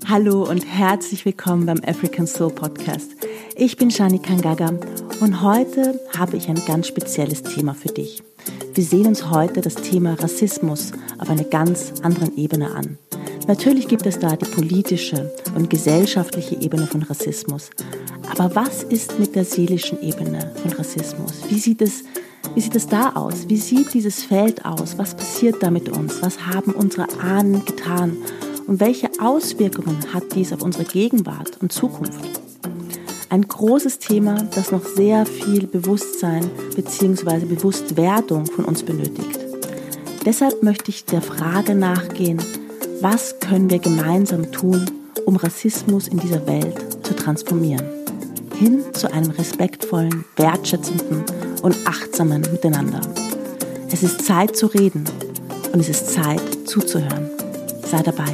Hallo und herzlich willkommen beim African Soul Podcast. Ich bin Shani Kangaga und heute habe ich ein ganz spezielles Thema für dich. Wir sehen uns heute das Thema Rassismus auf einer ganz anderen Ebene an. Natürlich gibt es da die politische und gesellschaftliche Ebene von Rassismus. Aber was ist mit der seelischen Ebene von Rassismus? Wie sieht es da aus? Wie sieht dieses Feld aus? Was passiert da mit uns? Was haben unsere Ahnen getan? Und welche Auswirkungen hat dies auf unsere Gegenwart und Zukunft? Ein großes Thema, das noch sehr viel Bewusstsein bzw. Bewusstwerdung von uns benötigt. Deshalb möchte ich der Frage nachgehen, was können wir gemeinsam tun, um Rassismus in dieser Welt zu transformieren? Hin zu einem respektvollen, wertschätzenden und achtsamen Miteinander. Es ist Zeit zu reden und es ist Zeit zuzuhören. Sei dabei.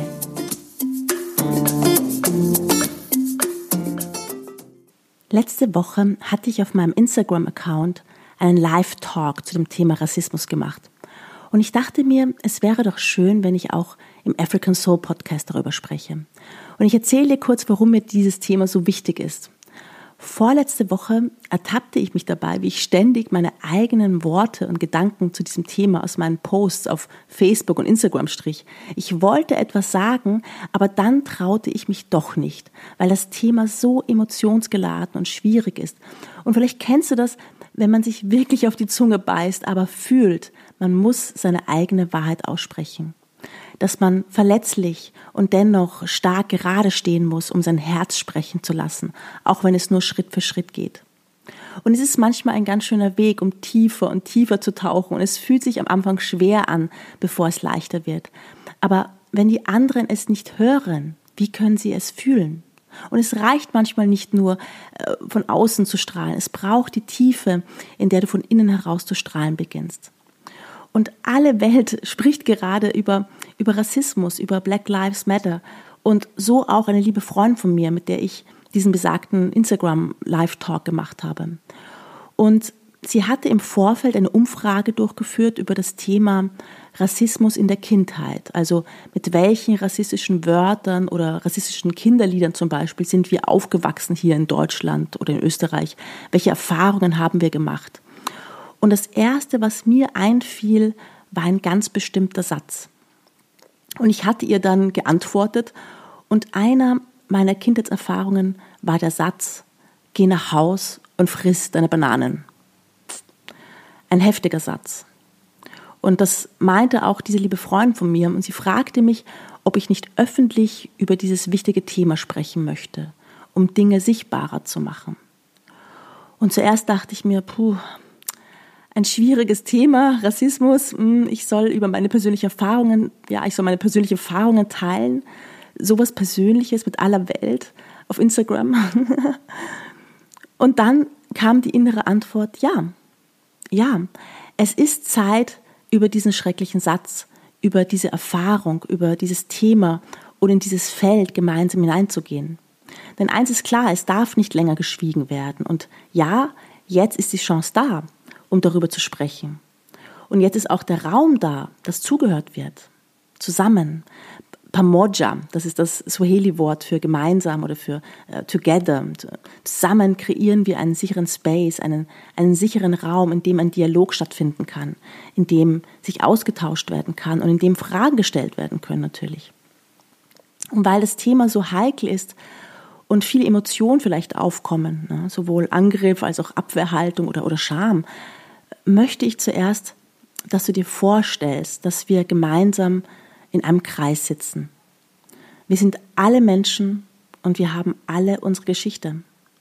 Letzte Woche hatte ich auf meinem Instagram-Account einen Live-Talk zu dem Thema Rassismus gemacht. Und ich dachte mir, es wäre doch schön, wenn ich auch im African Soul Podcast darüber spreche. Und ich erzähle dir kurz, warum mir dieses Thema so wichtig ist. Vorletzte Woche ertappte ich mich dabei, wie ich ständig meine eigenen Worte und Gedanken zu diesem Thema aus meinen Posts auf Facebook und Instagram strich. Ich wollte etwas sagen, aber dann traute ich mich doch nicht, weil das Thema so emotionsgeladen und schwierig ist. Und vielleicht kennst du das, wenn man sich wirklich auf die Zunge beißt, aber fühlt, man muss seine eigene Wahrheit aussprechen. Dass man verletzlich und dennoch stark gerade stehen muss, um sein Herz sprechen zu lassen, auch wenn es nur Schritt für Schritt geht. Und es ist manchmal ein ganz schöner Weg, um tiefer und tiefer zu tauchen und es fühlt sich am Anfang schwer an, bevor es leichter wird. Aber wenn die anderen es nicht hören, wie können sie es fühlen? Und es reicht manchmal nicht nur, von außen zu strahlen, es braucht die Tiefe, in der du von innen heraus zu strahlen beginnst. Und alle Welt spricht gerade über Rassismus, über Black Lives Matter und so auch eine liebe Freundin von mir, mit der ich diesen besagten Instagram-Live-Talk gemacht habe. Und sie hatte im Vorfeld eine Umfrage durchgeführt über das Thema Rassismus in der Kindheit. Also mit welchen rassistischen Wörtern oder rassistischen Kinderliedern zum Beispiel sind wir aufgewachsen hier in Deutschland oder in Österreich? Welche Erfahrungen haben wir gemacht? Und das Erste, was mir einfiel, war ein ganz bestimmter Satz. Und ich hatte ihr dann geantwortet und einer meiner Kindheitserfahrungen war der Satz, geh nach Haus und friss deine Bananen. Ein heftiger Satz. Und das meinte auch diese liebe Freundin von mir und sie fragte mich, ob ich nicht öffentlich über dieses wichtige Thema sprechen möchte, um Dinge sichtbarer zu machen. Und zuerst dachte ich mir, ein schwieriges Thema, Rassismus. Ich soll meine persönlichen Erfahrungen teilen. Sowas Persönliches mit aller Welt auf Instagram. Und dann kam die innere Antwort, ja, es ist Zeit, über diesen schrecklichen Satz, über diese Erfahrung, über dieses Thema und in dieses Feld gemeinsam hineinzugehen. Denn eins ist klar, es darf nicht länger geschwiegen werden. Und ja, jetzt ist die Chance da, um darüber zu sprechen. Und jetzt ist auch der Raum da, dass zugehört wird. Zusammen. Pamoja, das ist das Swahili-Wort für gemeinsam oder für together. Zusammen kreieren wir einen sicheren Space, einen sicheren Raum, in dem ein Dialog stattfinden kann, in dem sich ausgetauscht werden kann und in dem Fragen gestellt werden können natürlich. Und weil das Thema so heikel ist und viele Emotionen vielleicht aufkommen, sowohl Angriff als auch Abwehrhaltung oder Scham, möchte ich zuerst, dass du dir vorstellst, dass wir gemeinsam in einem Kreis sitzen. Wir sind alle Menschen und wir haben alle unsere Geschichte.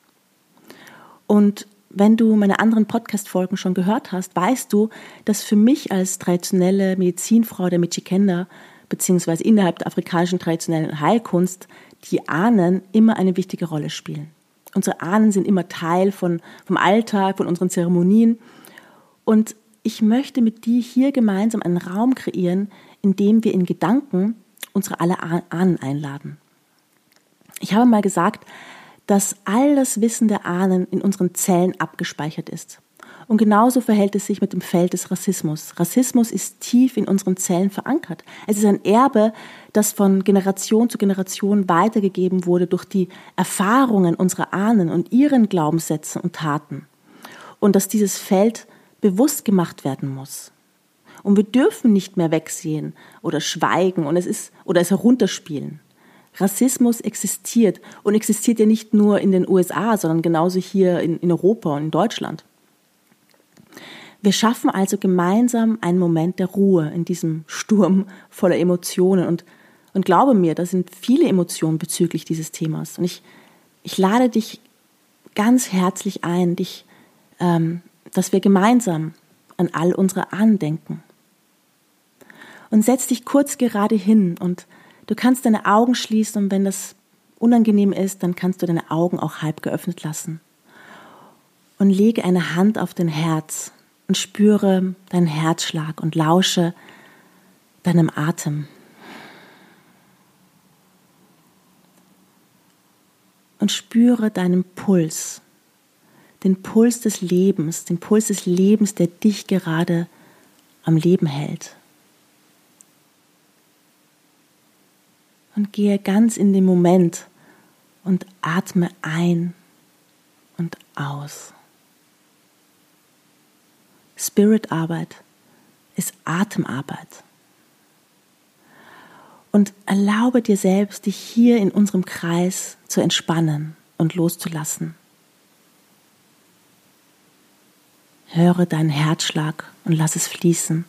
Und wenn du meine anderen Podcast-Folgen schon gehört hast, weißt du, dass für mich als traditionelle Medizinfrau der Mijikenda beziehungsweise innerhalb der afrikanischen traditionellen Heilkunst die Ahnen immer eine wichtige Rolle spielen. Unsere Ahnen sind immer Teil vom Alltag, von unseren Zeremonien. Und ich möchte mit dir hier gemeinsam einen Raum kreieren, in dem wir in Gedanken unsere alle Ahnen einladen. Ich habe mal gesagt, dass all das Wissen der Ahnen in unseren Zellen abgespeichert ist. Und genauso verhält es sich mit dem Feld des Rassismus. Rassismus ist tief in unseren Zellen verankert. Es ist ein Erbe, das von Generation zu Generation weitergegeben wurde durch die Erfahrungen unserer Ahnen und ihren Glaubenssätzen und Taten. Und dass dieses Feld bewusst gemacht werden muss. Und wir dürfen nicht mehr wegsehen oder schweigen oder es herunterspielen. Rassismus existiert und existiert ja nicht nur in den USA, sondern genauso hier in Europa und in Deutschland. Wir schaffen also gemeinsam einen Moment der Ruhe in diesem Sturm voller Emotionen. Und glaube mir, da sind viele Emotionen bezüglich dieses Themas. Und ich lade dich ganz herzlich ein, dass wir gemeinsam an all unsere Ahnen denken. Und setz dich kurz gerade hin und du kannst deine Augen schließen und wenn das unangenehm ist, dann kannst du deine Augen auch halb geöffnet lassen. Und lege eine Hand auf dein Herz und spüre deinen Herzschlag und lausche deinem Atem. Und spüre deinen Puls, den Puls des Lebens, der dich gerade am Leben hält. Und gehe ganz in den Moment und atme ein und aus. Spiritarbeit ist Atemarbeit. Und erlaube dir selbst, dich hier in unserem Kreis zu entspannen und loszulassen. Höre deinen Herzschlag und lass es fließen.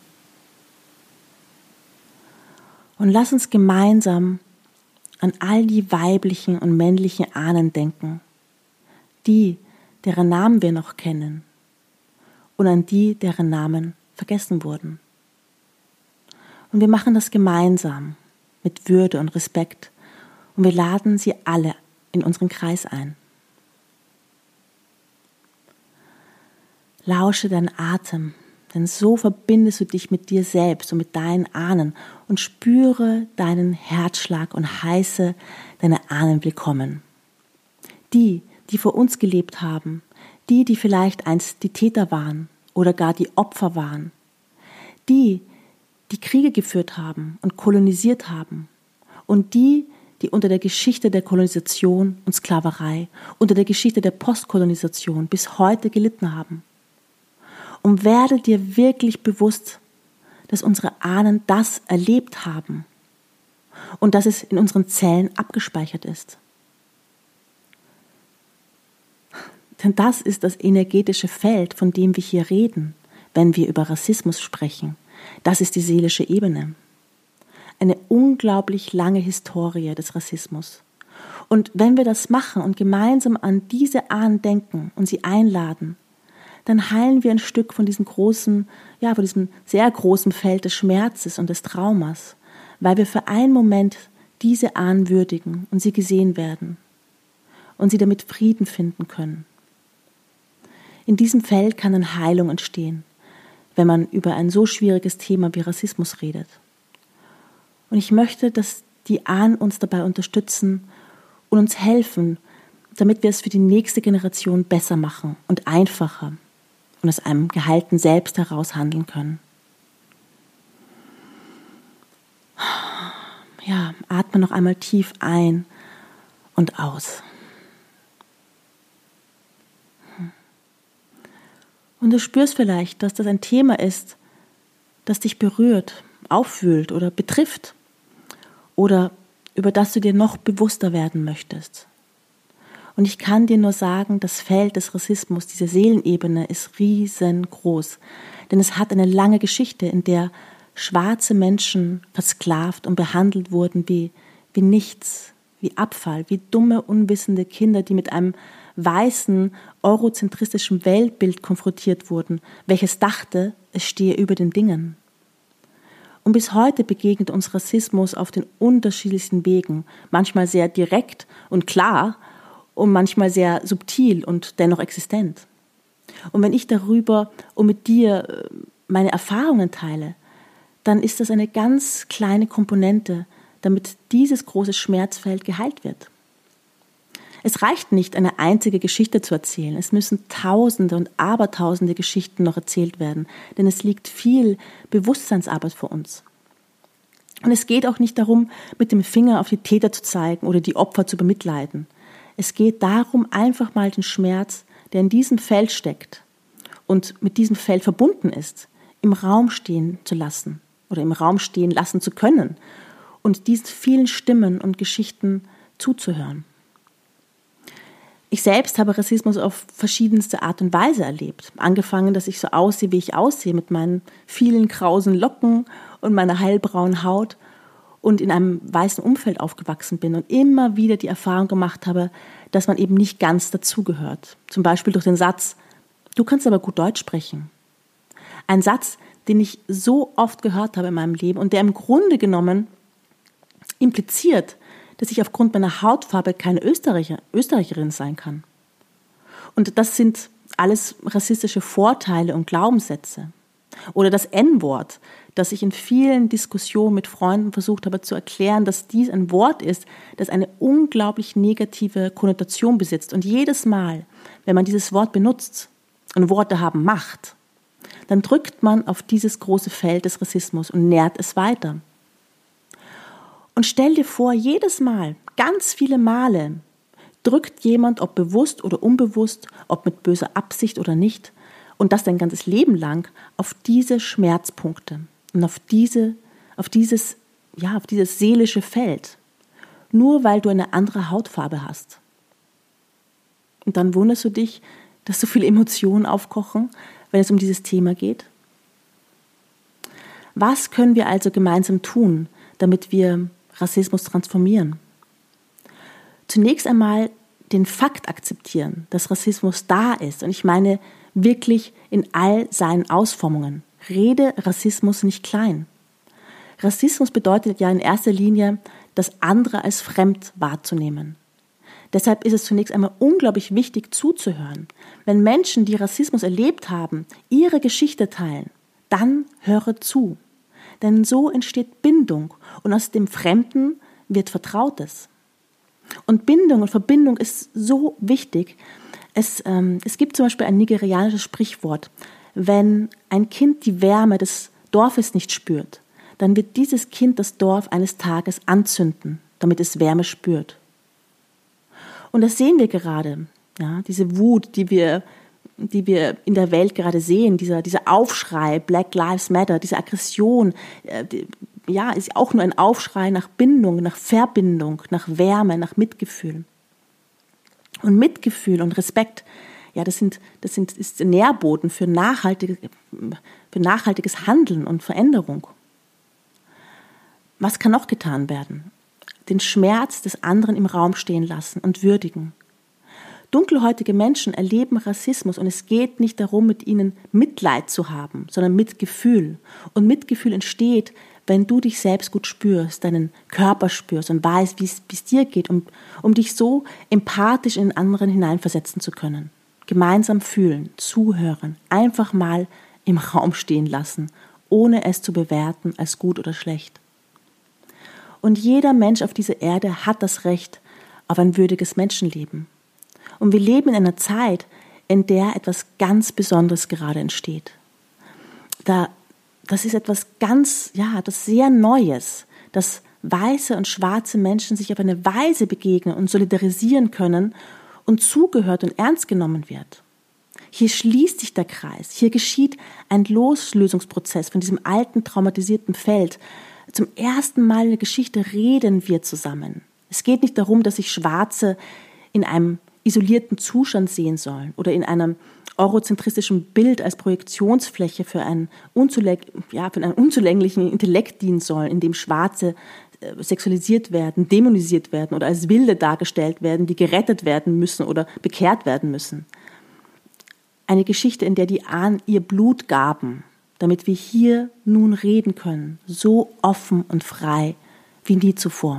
Und lass uns gemeinsam an all die weiblichen und männlichen Ahnen denken, die, deren Namen wir noch kennen, und an die, deren Namen vergessen wurden. Und wir machen das gemeinsam mit Würde und Respekt und wir laden sie alle in unseren Kreis ein. Lausche deinen Atem, denn so verbindest du dich mit dir selbst und mit deinen Ahnen und spüre deinen Herzschlag und heiße deine Ahnen willkommen. Die vor uns gelebt haben, die vielleicht einst die Täter waren oder gar die Opfer waren, die Kriege geführt haben und kolonisiert haben und die unter der Geschichte der Kolonisation und Sklaverei, unter der Geschichte der Postkolonisation bis heute gelitten haben. Und werde dir wirklich bewusst, dass unsere Ahnen das erlebt haben und dass es in unseren Zellen abgespeichert ist. Denn das ist das energetische Feld, von dem wir hier reden, wenn wir über Rassismus sprechen. Das ist die seelische Ebene. Eine unglaublich lange Historie des Rassismus. Und wenn wir das machen und gemeinsam an diese Ahnen denken und sie einladen, dann heilen wir ein Stück von diesem von diesem sehr großen Feld des Schmerzes und des Traumas, weil wir für einen Moment diese Ahnen würdigen und sie gesehen werden und sie damit Frieden finden können. In diesem Feld kann eine Heilung entstehen, wenn man über ein so schwieriges Thema wie Rassismus redet. Und ich möchte, dass die Ahnen uns dabei unterstützen und uns helfen, damit wir es für die nächste Generation besser machen und einfacher und aus einem geheilten Selbst heraus handeln können. Ja, atme noch einmal tief ein und aus. Und du spürst vielleicht, dass das ein Thema ist, das dich berührt, aufwühlt oder betrifft oder über das du dir noch bewusster werden möchtest. Und ich kann dir nur sagen, das Feld des Rassismus, diese Seelenebene ist riesengroß, denn es hat eine lange Geschichte, in der schwarze Menschen versklavt und behandelt wurden wie nichts, wie Abfall, wie dumme, unwissende Kinder, die mit einem weißen, eurozentristischen Weltbild konfrontiert wurden, welches dachte, es stehe über den Dingen. Und bis heute begegnet uns Rassismus auf den unterschiedlichsten Wegen, manchmal sehr direkt und klar und manchmal sehr subtil und dennoch existent. Und wenn ich darüber und mit dir meine Erfahrungen teile, dann ist das eine ganz kleine Komponente, damit dieses große Schmerzfeld geheilt wird. Es reicht nicht, eine einzige Geschichte zu erzählen. Es müssen Tausende und Abertausende Geschichten noch erzählt werden, denn es liegt viel Bewusstseinsarbeit vor uns. Und es geht auch nicht darum, mit dem Finger auf die Täter zu zeigen oder die Opfer zu bemitleiden. Es geht darum, einfach mal den Schmerz, der in diesem Feld steckt und mit diesem Feld verbunden ist, im Raum stehen zu lassen oder im Raum stehen lassen zu können und diesen vielen Stimmen und Geschichten zuzuhören. Ich selbst habe Rassismus auf verschiedenste Art und Weise erlebt. Angefangen, dass ich so aussehe, wie ich aussehe, mit meinen vielen krausen Locken und meiner hellbraunen Haut und in einem weißen Umfeld aufgewachsen bin und immer wieder die Erfahrung gemacht habe, dass man eben nicht ganz dazugehört. Zum Beispiel durch den Satz, du kannst aber gut Deutsch sprechen. Ein Satz, den ich so oft gehört habe in meinem Leben und der im Grunde genommen impliziert, dass ich aufgrund meiner Hautfarbe keine Österreicherin sein kann. Und das sind alles rassistische Vorteile und Glaubenssätze. Oder das N-Wort, das ich in vielen Diskussionen mit Freunden versucht habe zu erklären, dass dies ein Wort ist, das eine unglaublich negative Konnotation besitzt. Und jedes Mal, wenn man dieses Wort benutzt, und Worte haben Macht, dann drückt man auf dieses große Feld des Rassismus und nährt es weiter. Und stell dir vor, jedes Mal, ganz viele Male, drückt jemand, ob bewusst oder unbewusst, ob mit böser Absicht oder nicht, und das dein ganzes Leben lang, auf diese Schmerzpunkte und auf dieses seelische Feld, nur weil du eine andere Hautfarbe hast. Und dann wunderst du dich, dass so viele Emotionen aufkochen, wenn es um dieses Thema geht. Was können wir also gemeinsam tun, damit wir Rassismus transformieren? Zunächst einmal den Fakt akzeptieren, dass Rassismus da ist. Und ich meine wirklich in all seinen Ausformungen. Rede Rassismus nicht klein. Rassismus bedeutet ja in erster Linie, das andere als fremd wahrzunehmen. Deshalb ist es zunächst einmal unglaublich wichtig zuzuhören. Wenn Menschen, die Rassismus erlebt haben, ihre Geschichte teilen, dann höre zu. Denn so entsteht Bindung und aus dem Fremden wird Vertrautes. Und Bindung und Verbindung ist so wichtig. Es gibt zum Beispiel ein nigerianisches Sprichwort: Wenn ein Kind die Wärme des Dorfes nicht spürt, dann wird dieses Kind das Dorf eines Tages anzünden, damit es Wärme spürt. Und das sehen wir gerade, ja, diese Wut, die wir in der Welt gerade sehen, dieser Aufschrei, Black Lives Matter, diese Aggression, ist auch nur ein Aufschrei nach Bindung, nach Verbindung, nach Wärme, nach Mitgefühl. Und Mitgefühl und Respekt, ja, das ist der Nährboden für nachhaltiges Handeln und Veränderung. Was kann noch getan werden? Den Schmerz des anderen im Raum stehen lassen und würdigen. Dunkelhäutige Menschen erleben Rassismus und es geht nicht darum, mit ihnen Mitleid zu haben, sondern Mitgefühl. Und Mitgefühl entsteht, wenn du dich selbst gut spürst, deinen Körper spürst und weißt, wie es dir geht, um dich so empathisch in den anderen hineinversetzen zu können. Gemeinsam fühlen, zuhören, einfach mal im Raum stehen lassen, ohne es zu bewerten als gut oder schlecht. Und jeder Mensch auf dieser Erde hat das Recht auf ein würdiges Menschenleben. Und wir leben in einer Zeit, in der etwas ganz Besonderes gerade entsteht. Das ist etwas das sehr Neues, dass weiße und schwarze Menschen sich auf eine Weise begegnen und solidarisieren können und zugehört und ernst genommen wird. Hier schließt sich der Kreis, hier geschieht ein Loslösungsprozess von diesem alten, traumatisierten Feld. Zum ersten Mal in der Geschichte reden wir zusammen. Es geht nicht darum, dass sich Schwarze in einem isolierten Zustand sehen sollen oder in einem eurozentristischen Bild als Projektionsfläche für einen unzulänglichen Intellekt dienen sollen, in dem Schwarze sexualisiert werden, dämonisiert werden oder als Wilde dargestellt werden, die gerettet werden müssen oder bekehrt werden müssen. Eine Geschichte, in der die Ahnen ihr Blut gaben, damit wir hier nun reden können, so offen und frei wie nie zuvor.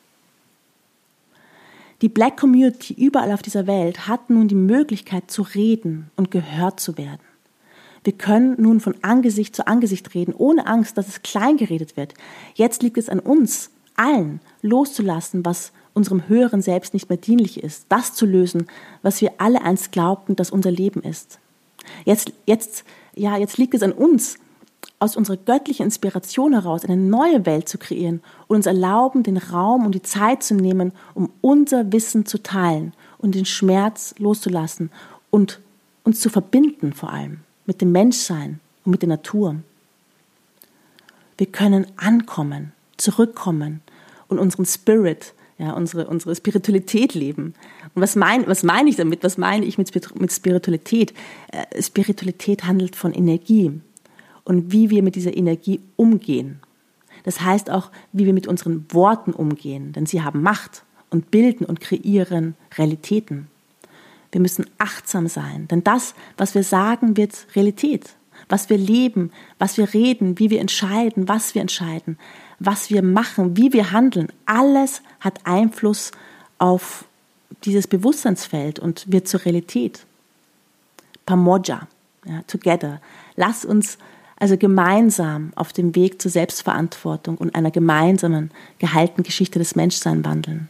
Die Black Community überall auf dieser Welt hat nun die Möglichkeit zu reden und gehört zu werden. Wir können nun von Angesicht zu Angesicht reden, ohne Angst, dass es klein geredet wird. Jetzt liegt es an uns allen, loszulassen, was unserem höheren Selbst nicht mehr dienlich ist, das zu lösen, was wir alle einst glaubten, dass unser Leben ist. Jetzt liegt es an uns, aus unserer göttlichen Inspiration heraus eine neue Welt zu kreieren und uns erlauben, den Raum und die Zeit zu nehmen, um unser Wissen zu teilen und den Schmerz loszulassen und uns zu verbinden vor allem mit dem Menschsein und mit der Natur. Wir können ankommen, zurückkommen und unseren Spirit, unsere Spiritualität leben. Und was meine ich damit? Was meine ich mit Spiritualität? Spiritualität handelt von Energie und wie wir mit dieser Energie umgehen. Das heißt auch, wie wir mit unseren Worten umgehen, denn sie haben Macht und bilden und kreieren Realitäten. Wir müssen achtsam sein, denn das, was wir sagen, wird Realität. Was wir leben, was wir reden, wie wir entscheiden, was wir machen, wie wir handeln, alles hat Einfluss auf dieses Bewusstseinsfeld und wird zur Realität. Pamoja, together. Lass uns also gemeinsam auf dem Weg zur Selbstverantwortung und einer gemeinsamen, geheilten Geschichte des Menschseins wandeln.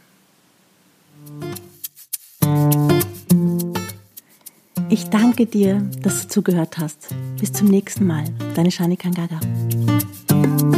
Ich danke dir, dass du zugehört hast. Bis zum nächsten Mal. Deine Shani Kangaga.